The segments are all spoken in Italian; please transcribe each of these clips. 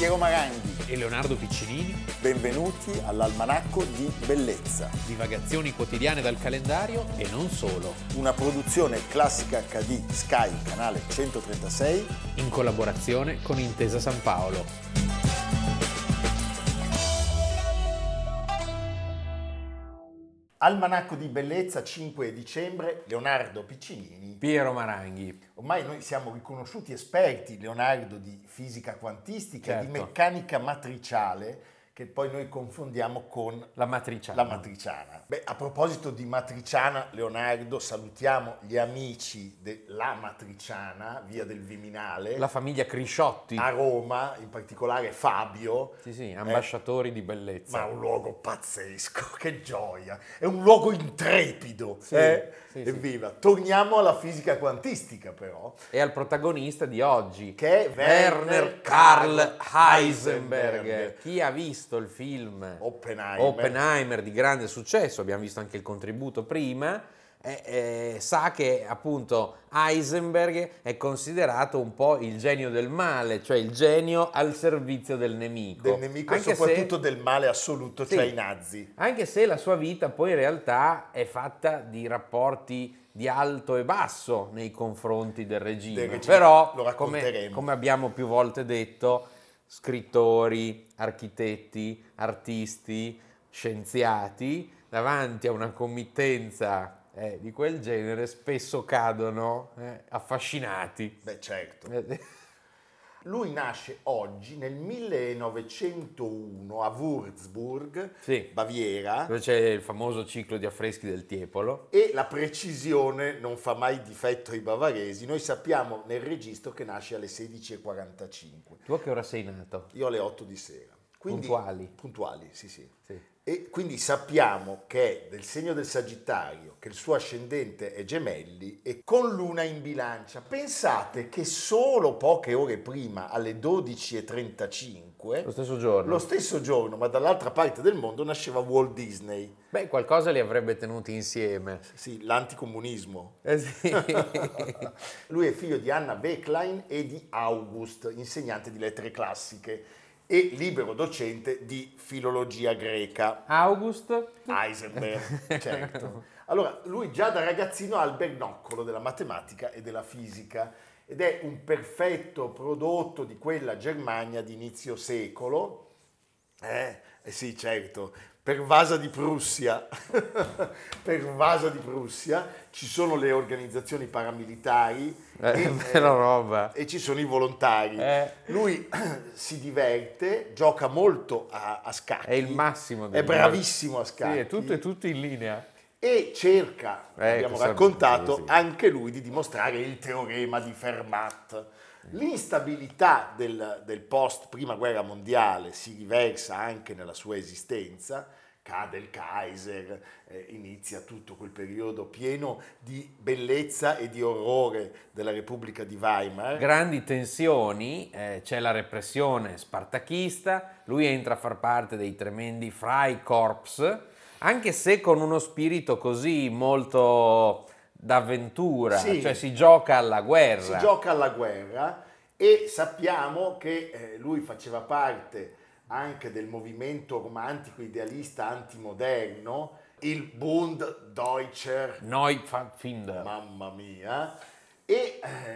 Piero Maranghi e Leonardo Piccinini. Benvenuti all'Almanacco di Bellezza. Divagazioni quotidiane dal calendario e non solo. Una produzione Classica HD Sky, canale 136. In collaborazione con Intesa San Paolo. Almanacco di Bellezza, 5 dicembre, Leonardo Piccinini. Piero Maranghi. Ormai noi siamo riconosciuti esperti, Leonardo, di fisica quantistica, Certo. di meccanica matriciale, che poi noi confondiamo con La matriciana. la matriciana. Beh, a proposito di matriciana, Leonardo, salutiamo gli amici della matriciana, via del Viminale, La famiglia Crisciotti. a Roma, in particolare Fabio. Sì, ambasciatori di bellezza. Ma è un luogo pazzesco, che gioia! È un luogo intrepido. Sì, sì. Evviva! Torniamo alla fisica quantistica, però, E al protagonista di oggi, che è Werner Karl Heisenberg. Chi ha visto il film Oppenheimer di grande successo, abbiamo visto anche il contributo prima, sa che appunto Heisenberg è considerato un po' il genio del male, cioè il genio al servizio del nemico. Del nemico e Anche soprattutto del male assoluto, Sì. cioè i nazi. Anche se la sua vita poi in realtà è fatta di rapporti di alto e basso nei confronti del regime. Però, lo racconteremo. come abbiamo più volte detto, scrittori, architetti, artisti, scienziati, davanti a una committenza di quel genere spesso cadono affascinati. Beh, certo. Lui nasce oggi nel 1901 a Würzburg, Sì. Baviera, Dove c'è il famoso ciclo di affreschi del Tiepolo. e la precisione non fa mai difetto ai bavaresi. Noi sappiamo nel registro che nasce alle 16:45. Tu a che ora sei nato? Io alle 8 di sera. Quindi, Puntuali? Puntuali, sì, sì. Sì. E quindi sappiamo che è del segno del Sagittario, che il suo ascendente è Gemelli e con Luna in Bilancia. Pensate che solo poche ore prima, alle 12:35, Lo stesso giorno. ma dall'altra parte del mondo, nasceva Walt Disney. Beh, qualcosa li avrebbe tenuti insieme. Sì, l'anticomunismo. Sì. Lui è figlio di Anna Veclein e di August, insegnante di lettere classiche e libero docente di filologia greca. August? Heisenberg, certo. Allora, lui già da ragazzino ha il bernoccolo della matematica e della fisica ed è un perfetto prodotto di quella Germania di inizio secolo. Sì, certo, pervasa di Prussia. Pervasa di Prussia, ci sono le organizzazioni paramilitari Bella roba. e ci sono i volontari. Lui si diverte, gioca molto a scacchi. È il massimo. È bravissimo a scacchi. Sì, è tutto in linea. E cerca, abbiamo questo- raccontato, sì. anche lui di dimostrare il teorema di Fermat. L'instabilità del post prima guerra mondiale si riversa anche nella sua esistenza. Cade il Kaiser, inizia tutto quel periodo pieno di bellezza e di orrore della Repubblica di Weimar. Grandi tensioni, c'è la repressione spartachista, lui entra a far parte dei tremendi Freikorps, anche se con uno spirito così molto d'avventura, Sì. cioè si gioca alla guerra. Si gioca alla guerra e sappiamo che lui faceva parte anche del movimento romantico idealista antimoderno, il Bund Deutscher, Neupfadfinder. mamma mia, e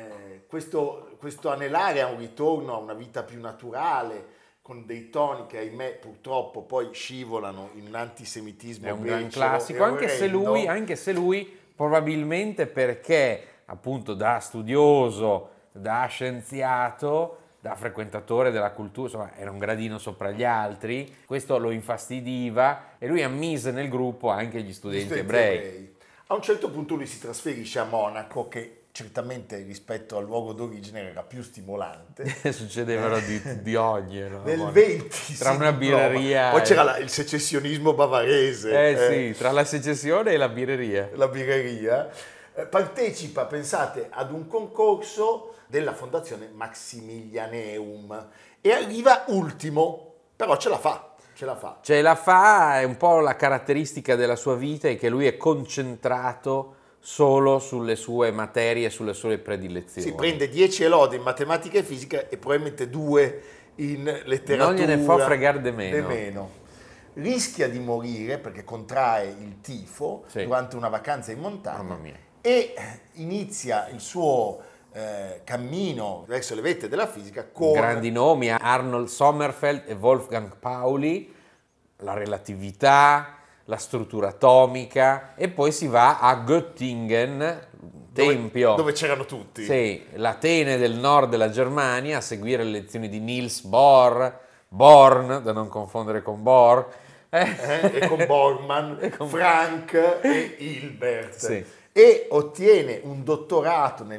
questo anelare a un ritorno a una vita più naturale, con dei toni che ahimè purtroppo poi scivolano in un antisemitismo È un gran becero classico, e anche orrendo. se lui probabilmente perché appunto da studioso, da scienziato, da frequentatore della cultura, insomma era un gradino sopra gli altri, questo lo infastidiva e lui ammise nel gruppo anche gli studenti ebrei. A un certo punto lui si trasferisce a Monaco, che certamente rispetto al luogo d'origine era più stimolante. Succedevano di ogni. No? Nel 20 tra si una diploma. birreria Poi c'era il secessionismo bavarese. sì, tra la secessione e la birreria. La birreria. Partecipa, pensate, ad un concorso della fondazione Maximilianeum e arriva ultimo, però ce la fa. Ce la fa, è un po' la caratteristica della sua vita, è che lui è concentrato solo sulle sue materie, sulle sue predilezioni. Si prende 10 lode in matematica e fisica e probabilmente 2 in letteratura. Non gliene fa fregare de meno. Rischia di morire perché contrae il tifo durante una vacanza in montagna. Mamma mia. E inizia il suo cammino verso le vette della fisica con grandi nomi, Arnold Sommerfeld e Wolfgang Pauli, la relatività, la struttura atomica, e poi si va a Göttingen, tempio dove c'erano tutti. Sì, l'Atene del nord della Germania, a seguire le lezioni di Niels Born, da non confondere con Bohr, e con Bormann, Frank e Hilbert. Sì. E ottiene un dottorato nel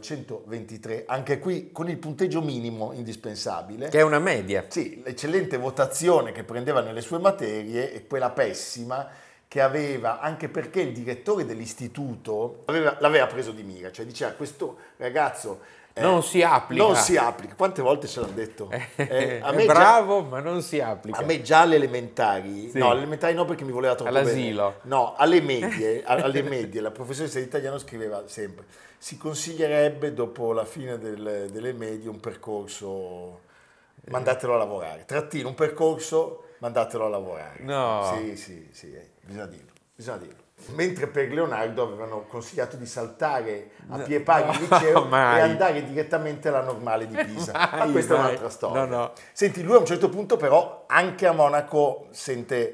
1923, anche qui con il punteggio minimo indispensabile. Che è una media. Sì, l'eccellente votazione che prendeva nelle sue materie e quella pessima che aveva, anche perché il direttore dell'istituto l'aveva preso di mira, cioè diceva questo ragazzo non si applica. Non si applica. Quante volte ce l'hanno detto? A me bravo, ma non si applica. A me già alle elementari, sì. No, alle elementari no perché mi voleva troppo all'asilo. bene. No, alle medie la professoressa di italiano scriveva sempre: si consiglierebbe dopo la fine delle medie un percorso, mandatelo a lavorare. Trattino, un percorso, mandatelo a lavorare. No. Sì, bisogna dirlo. Mentre per Leonardo avevano consigliato di saltare a piedi pari il liceo e andare direttamente alla Normale di Pisa. Ma questa è un'altra storia. No. Senti, lui a un certo punto però anche a Monaco sente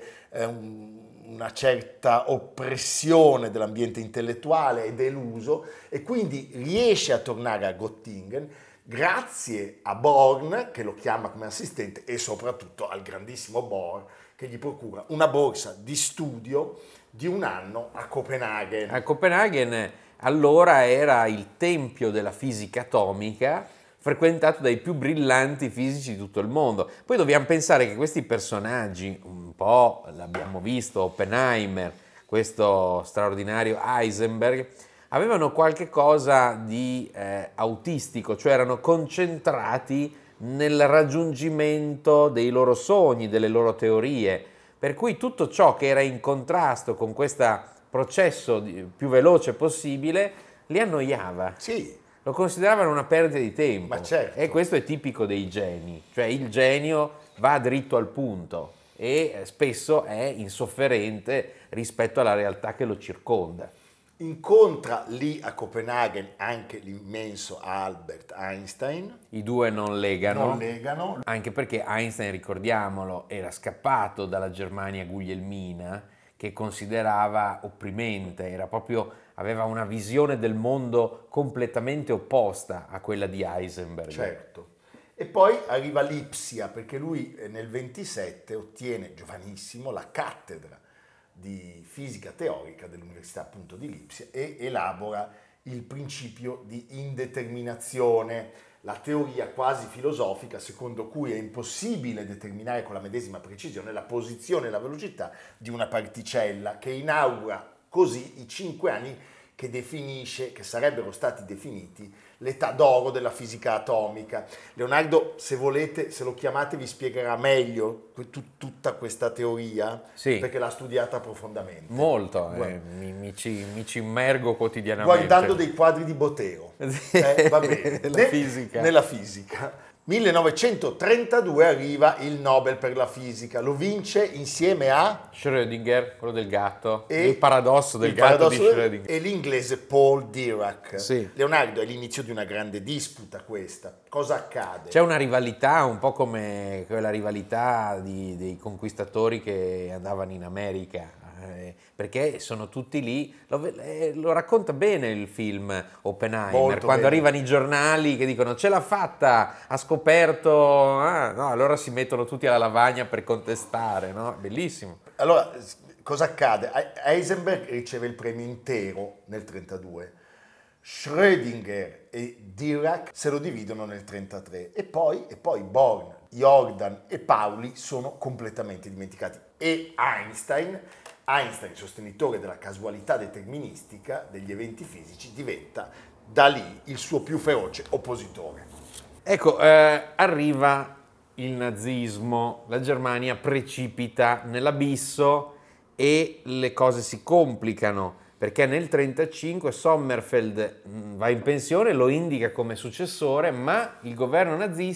una certa oppressione dell'ambiente intellettuale e deluso, e quindi riesce a tornare a Göttingen grazie a Born, che lo chiama come assistente, e soprattutto al grandissimo Bohr, che gli procura una borsa di studio di un anno a Copenaghen. A Copenaghen allora era il tempio della fisica atomica, frequentato dai più brillanti fisici di tutto il mondo. Poi dobbiamo pensare che questi personaggi, un po' l'abbiamo visto, Oppenheimer, questo straordinario Heisenberg, avevano qualche cosa di autistico, cioè erano concentrati nel raggiungimento dei loro sogni, delle loro teorie, per cui tutto ciò che era in contrasto con questo processo più veloce possibile li annoiava. Sì. Lo consideravano una perdita di tempo. Ma certo. E questo è tipico dei geni, cioè il genio va dritto al punto e spesso è insofferente rispetto alla realtà che lo circonda. Incontra lì a Copenaghen anche l'immenso Albert Einstein. I due non legano. Anche perché Einstein, ricordiamolo, era scappato dalla Germania guglielmina, che considerava opprimente, aveva una visione del mondo completamente opposta a quella di Heisenberg. Certo. E poi arriva Lipsia, perché lui nel 27 ottiene, giovanissimo, la cattedra di fisica teorica dell'Università appunto di Lipsia e elabora il principio di indeterminazione, la teoria quasi filosofica secondo cui è impossibile determinare con la medesima precisione la posizione e la velocità di una particella, che inaugura così i 5 anni che sarebbero stati definiti l'età d'oro della fisica atomica. Leonardo, se volete, se lo chiamate, vi spiegherà meglio tutta questa teoria, sì, perché l'ha studiata profondamente. Molto, mi ci immergo quotidianamente. Guardando dei quadri di Botero. Va bene. Nella fisica. 1932 arriva il Nobel per la fisica, lo vince insieme a Schrödinger, quello del gatto, il paradosso del gatto di Schrödinger, e l'inglese Paul Dirac. Sì. Leonardo, è l'inizio di una grande disputa questa. Cosa accade? C'è una rivalità, un po' come quella rivalità dei conquistatori che andavano in America, perché sono tutti lì, lo racconta bene il film Oppenheimer, molto quando bene. arrivano i giornali che dicono ce l'ha fatta, ha scoperto, no, allora si mettono tutti alla lavagna per contestare, no? Bellissimo. Allora, cosa accade? Heisenberg riceve il premio intero nel 1932, Schrödinger e Dirac se lo dividono nel 1933 e poi Born, Jordan e Pauli sono completamente dimenticati, e Einstein, sostenitore della casualità deterministica degli eventi fisici, diventa da lì il suo più feroce oppositore. Ecco, arriva il nazismo, la Germania precipita nell'abisso e le cose si complicano, perché nel 1935 Sommerfeld va in pensione, lo indica come successore, ma il governo nazista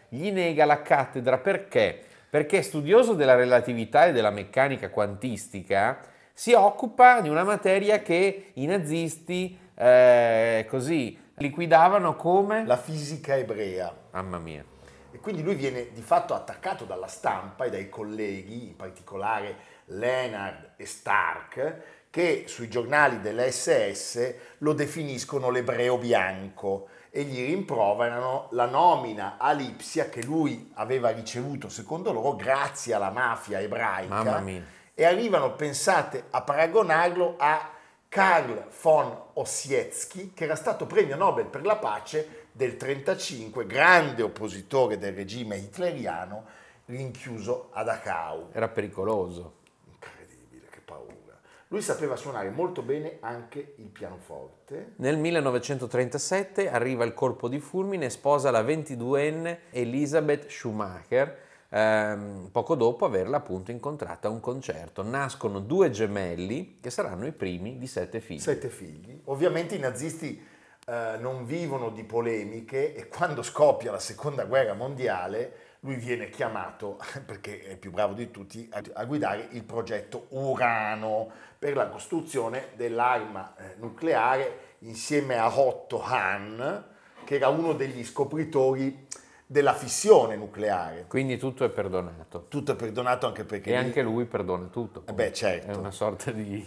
gli nega la cattedra. Perché? Perché studioso della relatività e della meccanica quantistica si occupa di una materia che i nazisti così liquidavano come la fisica ebrea. Mamma mia. E quindi lui viene di fatto attaccato dalla stampa e dai colleghi, in particolare Leonard e Stark, che sui giornali dell'SS lo definiscono l'ebreo bianco e gli rimproverano la nomina a Lipsia che lui aveva ricevuto, secondo loro, grazie alla mafia ebraica. Mamma mia. E arrivano, pensate, a paragonarlo a Karl von Ossietzky, che era stato premio Nobel per la pace del 1935, grande oppositore del regime hitleriano, rinchiuso a Dachau. Era pericoloso. Incredibile, che paura. Lui sapeva suonare molto bene anche il pianoforte. Nel 1937 arriva il colpo di fulmine e sposa la 22enne Elisabeth Schumacher, poco dopo averla appunto incontrata a un concerto. Nascono 2 gemelli che saranno i primi di 7 figli. 7 figli. Ovviamente i nazisti non vivono di polemiche e quando scoppia la seconda guerra mondiale lui viene chiamato, perché è il più bravo di tutti, a guidare il progetto Urano per la costruzione dell'arma nucleare insieme a Otto Hahn, che era uno degli scopritori della fissione nucleare. Quindi tutto è perdonato. Tutto è perdonato anche perché... E anche lui perdona tutto. Beh, certo. È una sorta di...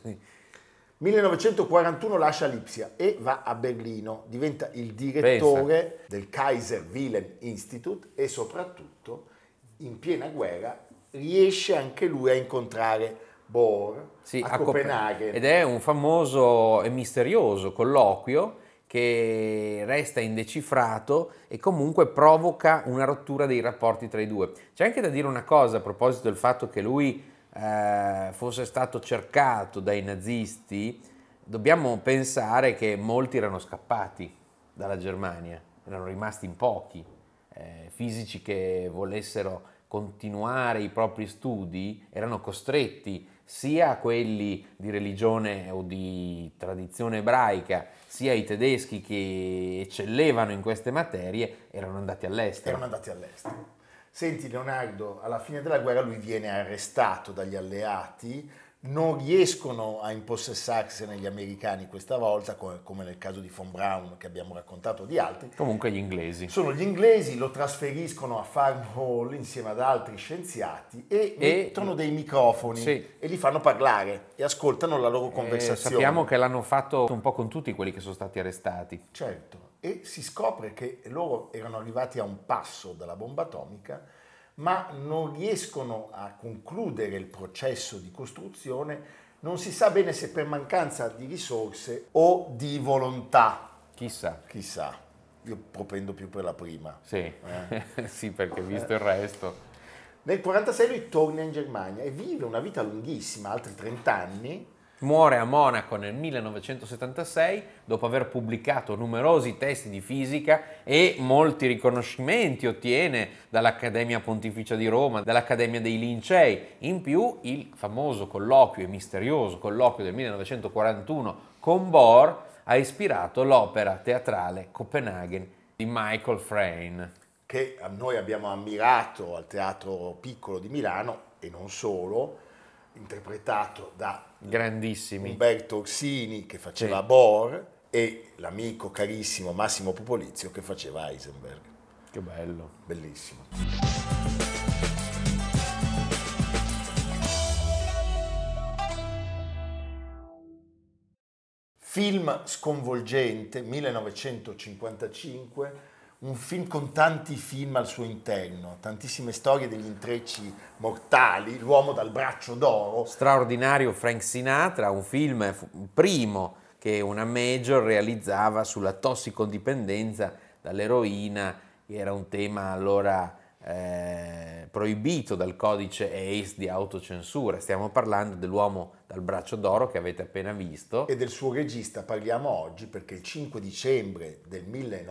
1941 lascia Lipsia e va a Berlino, diventa il direttore del Kaiser Wilhelm Institute e soprattutto in piena guerra riesce anche lui a incontrare Bohr a Copenaghen. Ed è un famoso e misterioso colloquio che resta indecifrato e comunque provoca una rottura dei rapporti tra i due. C'è anche da dire una cosa a proposito del fatto che lui fosse stato cercato dai nazisti. Dobbiamo pensare che molti erano scappati dalla Germania, erano rimasti in pochi, fisici che volessero continuare i propri studi erano costretti, sia quelli di religione o di tradizione ebraica, sia i tedeschi che eccellevano in queste materie, erano andati all'estero. Senti Leonardo, alla fine della guerra lui viene arrestato dagli alleati, non riescono a impossessarsene gli americani questa volta, come nel caso di von Braun che abbiamo raccontato, di altri. Comunque gli inglesi. Sono gli inglesi, lo trasferiscono a Farm Hall insieme ad altri scienziati e mettono dei microfoni e li fanno parlare e ascoltano la loro conversazione. Sappiamo che l'hanno fatto un po' con tutti quelli che sono stati arrestati. Certo. E si scopre che loro erano arrivati a un passo dalla bomba atomica, ma non riescono a concludere il processo di costruzione, non si sa bene se per mancanza di risorse o di volontà. Chissà. Io propendo più per la prima. Sì, sì, perché visto il resto. Nel 1946 lui torna in Germania e vive una vita lunghissima, altri 30 anni. Muore a Monaco nel 1976 dopo aver pubblicato numerosi testi di fisica e molti riconoscimenti ottiene dall'Accademia Pontificia di Roma, dall'Accademia dei Lincei. In più il famoso colloquio e misterioso colloquio del 1941 con Bohr ha ispirato l'opera teatrale Copenaghen di Michael Frayn, che noi abbiamo ammirato al Teatro Piccolo di Milano e non solo, interpretato da grandissimi Umberto Orsini che faceva Bohr e l'amico carissimo Massimo Popolizio che faceva Heisenberg. Che bello. Bellissimo. Film sconvolgente, 1955, un film con tanti film al suo interno, tantissime storie degli intrecci mortali, L'uomo dal braccio d'oro. Straordinario Frank Sinatra, un film primo che una major realizzava sulla tossicodipendenza dall'eroina, che era un tema allora proibito dal codice ACE di autocensura. Stiamo parlando dell'uomo dal braccio d'oro che avete appena visto. E del suo regista parliamo oggi perché il 5 dicembre del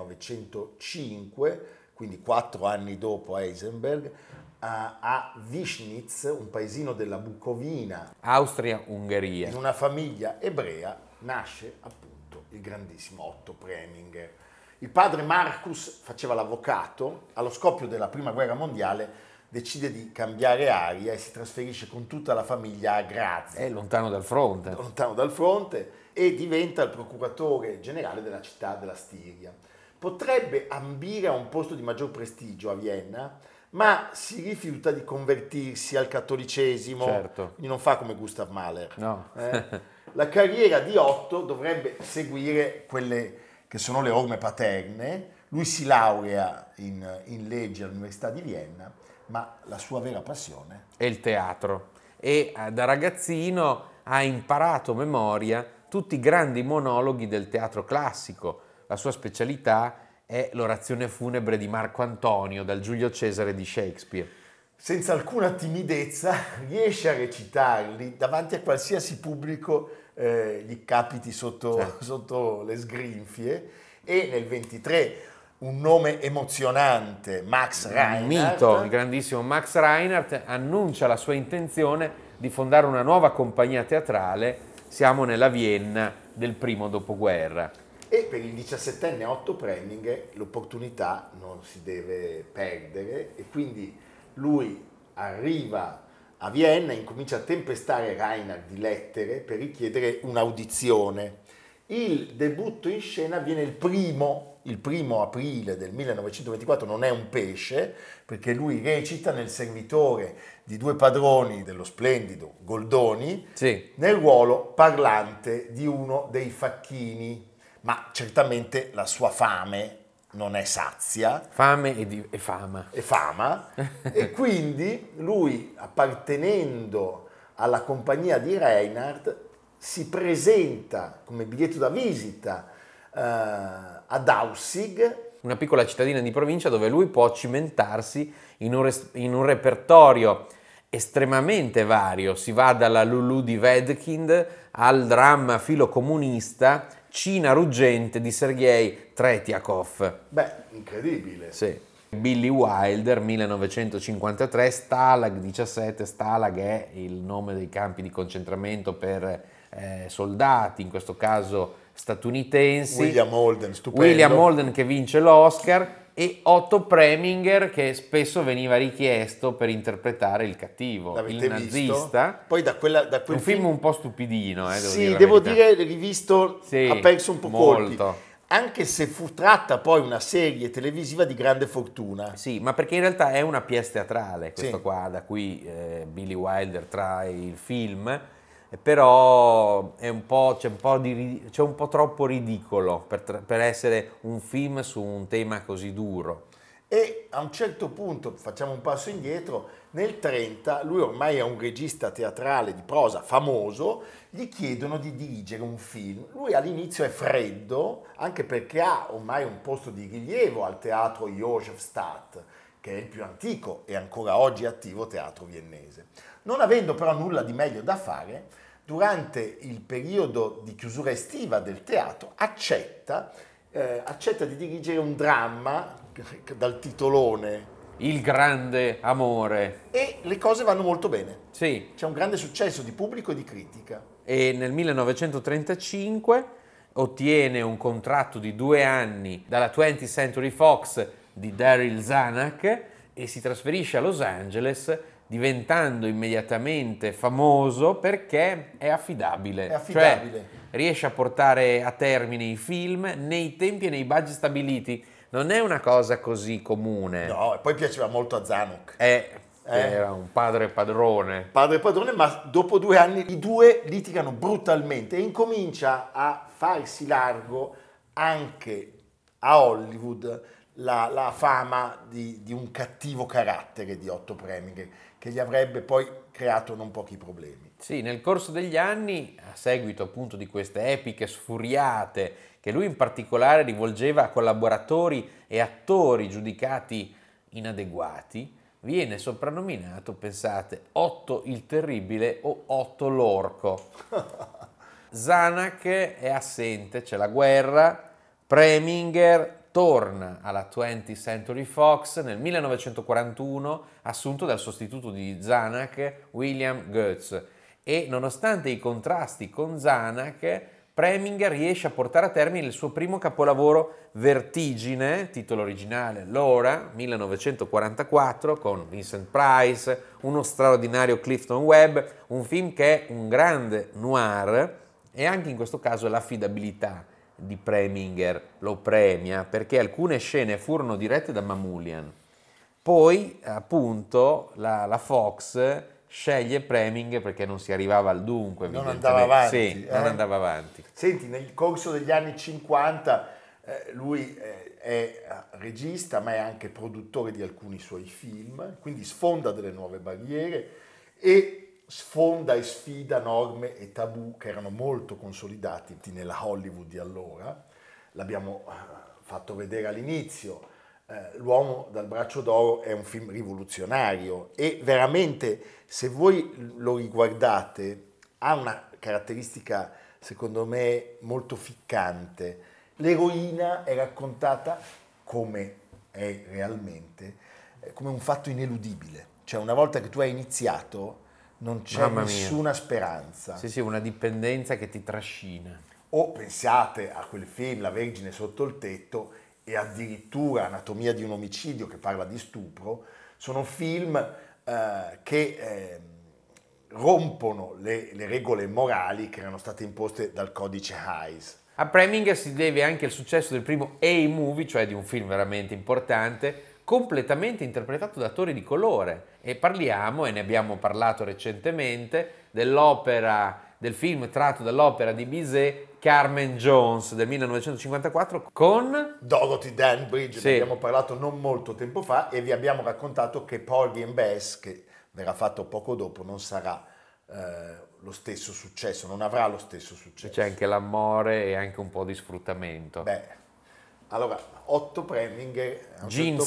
1905, quindi 4 anni dopo Heisenberg, a Višnitz, un paesino della Bucovina, Austria-Ungheria, in una famiglia ebrea, nasce appunto il grandissimo Otto Preminger. Il padre Marcus faceva l'avvocato, allo scoppio della prima guerra mondiale decide di cambiare aria e si trasferisce con tutta la famiglia a Graz. È lontano dal fronte. Lontano dal fronte, e diventa il procuratore generale della città della Stiria. Potrebbe ambire a un posto di maggior prestigio a Vienna, ma si rifiuta di convertirsi al cattolicesimo, certo. Quindi non fa come Gustav Mahler. No. La carriera di Otto dovrebbe seguire quelle che sono le orme paterne. Lui si laurea in legge all'Università di Vienna, ma la sua vera passione è il teatro, e da ragazzino ha imparato a memoria tutti i grandi monologhi del teatro classico. La sua specialità è l'orazione funebre di Marco Antonio dal Giulio Cesare di Shakespeare. Senza alcuna timidezza riesce a recitarli davanti a qualsiasi pubblico gli capiti sotto le sgrinfie, e nel 23 un nome emozionante, Max Reinhardt. Il mito, il grandissimo Max Reinhardt, annuncia la sua intenzione di fondare una nuova compagnia teatrale. Siamo nella Vienna del primo dopoguerra. E per il 17enne Otto Preminger l'opportunità non si deve perdere, e quindi lui arriva a Vienna, incomincia a tempestare Reinhardt di lettere per richiedere un'audizione. Il debutto in scena avviene il primo aprile del 1924, non è un pesce, perché lui recita nel servitore di due padroni dello splendido Goldoni, sì, nel ruolo parlante di uno dei facchini, ma certamente la sua fame non è sazia. Fame e fama. E fama, e quindi lui, appartenendo alla compagnia di Reinhardt, si presenta come biglietto da visita ad Aussig, una piccola cittadina di provincia dove lui può cimentarsi in un repertorio estremamente vario. Si va dalla Lulu di Wedekind al dramma filocomunista Cina ruggente di Sergei Tretiakov. Beh, incredibile. Sì. Billy Wilder, 1953, Stalag 17. Stalag è il nome dei campi di concentramento per soldati, in questo caso statunitensi. William Holden, stupendo. William Holden che vince l'Oscar, e Otto Preminger che spesso veniva richiesto per interpretare il cattivo, L'avete il nazista. Visto? Poi da quel un film un po' stupidino, devo dire, rivisto, sì, ha perso un po' molto. Colpi. Anche se fu tratta poi una serie televisiva di grande fortuna. Sì, ma perché in realtà è una pièce teatrale, questo sì, qua, da cui Billy Wilder trae il film, però è c'è un po' troppo ridicolo per essere un film su un tema così duro. E a un certo punto, facciamo un passo indietro, nel 30 lui ormai è un regista teatrale di prosa famoso, gli chiedono di dirigere un film. Lui all'inizio è freddo, anche perché ha ormai un posto di rilievo al teatro Josefstadt, che è il più antico e ancora oggi attivo teatro viennese. Non avendo però nulla di meglio da fare, durante il periodo di chiusura estiva del teatro accetta di dirigere un dramma dal titolone Il grande amore. E le cose vanno molto bene. Sì. C'è un grande successo di pubblico e di critica. E nel 1935 ottiene un contratto di 2 anni dalla 20th Century Fox di Daryl Zanuck e si trasferisce a Los Angeles, diventando immediatamente famoso perché è affidabile. È affidabile. Cioè, riesce a portare a termine i film nei tempi e nei budget stabiliti. Non è una cosa così comune. No, e poi piaceva molto a Zanuck. Era un padre padrone. Padre padrone, ma dopo 2 anni i due litigano brutalmente e incomincia a farsi largo anche a Hollywood la fama di un cattivo carattere di Otto Preminger, che gli avrebbe poi creato non pochi problemi. Sì, nel corso degli anni, a seguito appunto di queste epiche sfuriate che lui in particolare rivolgeva a collaboratori e attori giudicati inadeguati, viene soprannominato, pensate, Otto il Terribile o Otto l'Orco. Zanuck è assente, c'è la guerra, Preminger torna alla 20th Century Fox nel 1941, assunto dal sostituto di Zanuck, William Goetz, e nonostante i contrasti con Zanuck Preminger riesce a portare a termine il suo primo capolavoro Vertigine, titolo originale Laura, 1944, con Vincent Price, uno straordinario Clifton Webb, un film che è un grande noir e anche in questo caso l'affidabilità di Preminger lo premia perché alcune scene furono dirette da Mamoulian. Poi appunto la Fox sceglie Preminger perché non si arrivava al dunque, non andava avanti. Sì, non andava avanti. Senti, nel corso degli anni 50 lui è regista ma è anche produttore di alcuni suoi film, quindi sfonda delle nuove barriere e sfonda e sfida norme e tabù che erano molto consolidati nella Hollywood di allora. L'abbiamo fatto vedere all'inizio. L'uomo dal braccio d'oro è un film rivoluzionario e veramente, se voi lo riguardate, ha una caratteristica secondo me molto ficcante. L'eroina è raccontata come è realmente, come un fatto ineludibile, cioè una volta che tu hai iniziato non c'è nessuna speranza. Sì, una dipendenza che ti trascina. O pensate a quel film La Vergine sotto il tetto e addirittura Anatomia di un omicidio che parla di stupro, sono film che rompono le regole morali che erano state imposte dal codice Hays. A Preminger si deve anche il successo del primo A-movie, cioè di un film veramente importante, completamente interpretato da attori di colore. E parliamo, e ne abbiamo parlato recentemente, del film tratto dall'opera di Bizet, Carmen Jones del 1954 con Dorothy Dandridge, ne abbiamo parlato non molto tempo fa e vi abbiamo raccontato che Porgy and Bess, che verrà fatto poco dopo, non sarà lo stesso successo, non avrà lo stesso successo. C'è anche l'amore e anche un po' di sfruttamento. Allora, Otto Preminger, Gene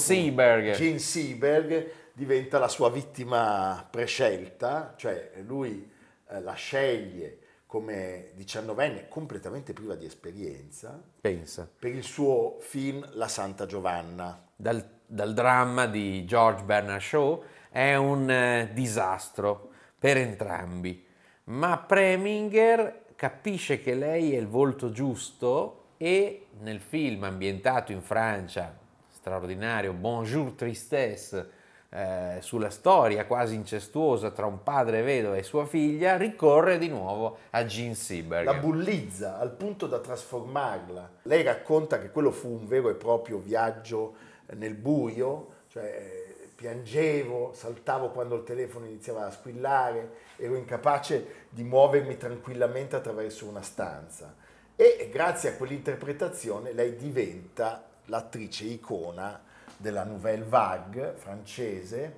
Seberg diventa la sua vittima prescelta, cioè lui la sceglie come 19enne completamente priva di esperienza. Pensa. Per il suo film La Santa Giovanna. Dal dramma di George Bernard Shaw è un disastro per entrambi, ma Preminger capisce che lei è il volto giusto e nel film ambientato in Francia, straordinario, Bonjour Tristesse, sulla storia quasi incestuosa tra un padre vedovo e sua figlia, ricorre di nuovo a Gene Seberg. La bullizza al punto da trasformarla. Lei racconta che quello fu un vero e proprio viaggio nel buio, cioè piangevo, saltavo quando il telefono iniziava a squillare, ero incapace di muovermi tranquillamente attraverso una stanza. E grazie a quell'interpretazione lei diventa l'attrice icona della Nouvelle Vague francese,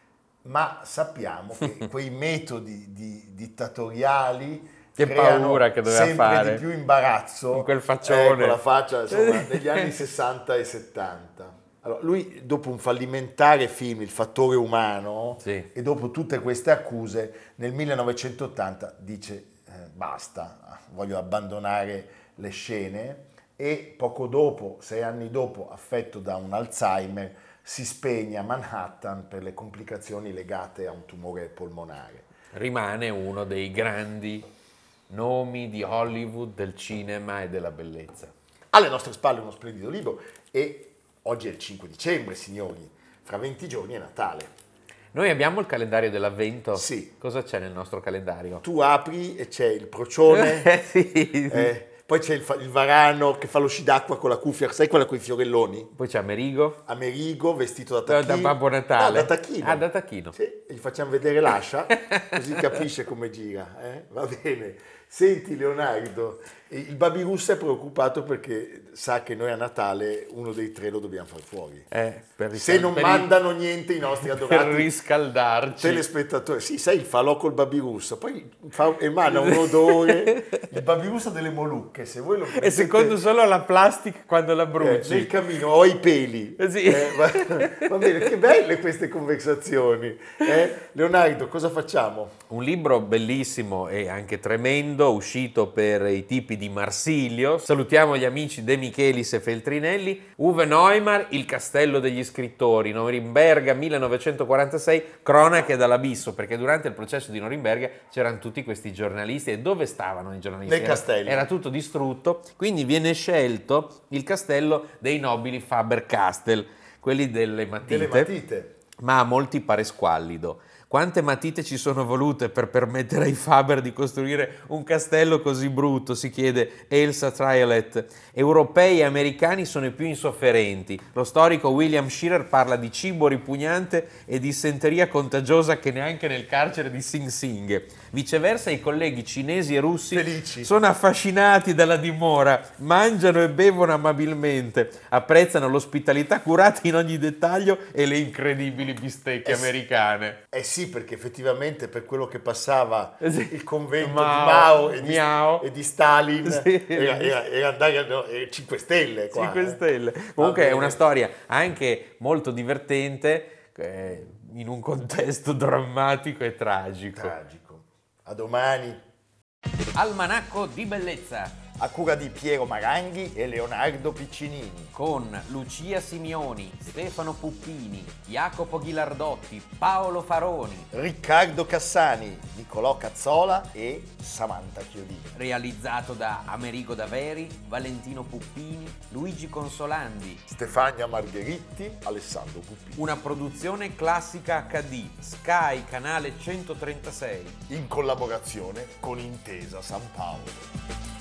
ma sappiamo che quei metodi dittatoriali che paura che doveva sempre fare di più imbarazzo in quel faccione, con la faccia, insomma, negli anni 60 e 70. Allora, lui dopo un fallimentare film Il fattore umano e dopo tutte queste accuse nel 1980 dice basta, voglio abbandonare le scene e poco dopo, 6 anni dopo, affetto da un Alzheimer, si spegne a Manhattan per le complicazioni legate a un tumore polmonare. Rimane uno dei grandi nomi di Hollywood, del cinema e della bellezza. Alle nostre spalle uno splendido libro e oggi è il 5 dicembre, signori, fra 20 giorni è Natale. Noi abbiamo il calendario dell'avvento? Sì. Cosa c'è nel nostro calendario? Tu apri e c'è il procione, poi c'è il varano che fa lo sci d'acqua con la cuffia, sai quella con i fiorelloni? Poi c'è Amerigo. Amerigo vestito da tacchino. Da Babbo Natale. No, da tacchino. Da tacchino. Sì, gli facciamo vedere l'ascia, così capisce come gira. Va bene. Senti Leonardo, il Babirussa è preoccupato perché sa che noi a Natale uno dei 3 lo dobbiamo far fuori. Se non mandano niente i nostri adorati per riscaldarci telespettatori. Sì, sai il falò col Babirussa, poi emana un odore, il Babirussa delle Molucche, se voi lo mettete, e secondo solo la plastica quando la bruci nel camino ho i peli. Sì. Va bene, che belle queste conversazioni. Leonardo, cosa facciamo? Un libro bellissimo e anche tremendo, Orlando, uscito per i tipi di Marsilio. Salutiamo gli amici De Michelis e Feltrinelli. Uwe Neumann, Il castello degli scrittori, Norimberga 1946, cronache dall'abisso, perché durante il processo di Norimberga c'erano tutti questi giornalisti, e dove stavano i giornalisti? Nel castello. Era tutto distrutto, quindi viene scelto il castello dei nobili Faber-Castell, quelli delle matite. Ma a molti pare squallido. Quante matite ci sono volute per permettere ai Faber di costruire un castello così brutto, si chiede Elsa Triolet. Europei e americani sono i più insofferenti. Lo storico William Shearer parla di cibo ripugnante e dissenteria contagiosa che neanche nel carcere di Sing Sing. Viceversa, i colleghi cinesi e russi felici sono affascinati dalla dimora, mangiano e bevono amabilmente, apprezzano l'ospitalità curata in ogni dettaglio e le incredibili bistecche americane. Sì, perché effettivamente per quello che passava il convento Mao, di Mao e di Stalin, sì, era andare a 5 Stelle qua. 5 Stelle. Comunque è una storia anche molto divertente in un contesto drammatico e tragico. A domani. Almanacco di bellezza. A cura di Piero Maranghi e Leonardo Piccinini. Con Lucia Simioni, Stefano Puppini, Jacopo Ghilardotti, Paolo Faroni, Riccardo Cassani, Nicolò Cazzola e Samantha Chiodini. Realizzato da Amerigo Daveri, Valentino Puppini, Luigi Consolandi, Stefania Margheritti, Alessandro Puppini. Una produzione Classica HD, Sky, canale 136. In collaborazione con Intesa San Paolo.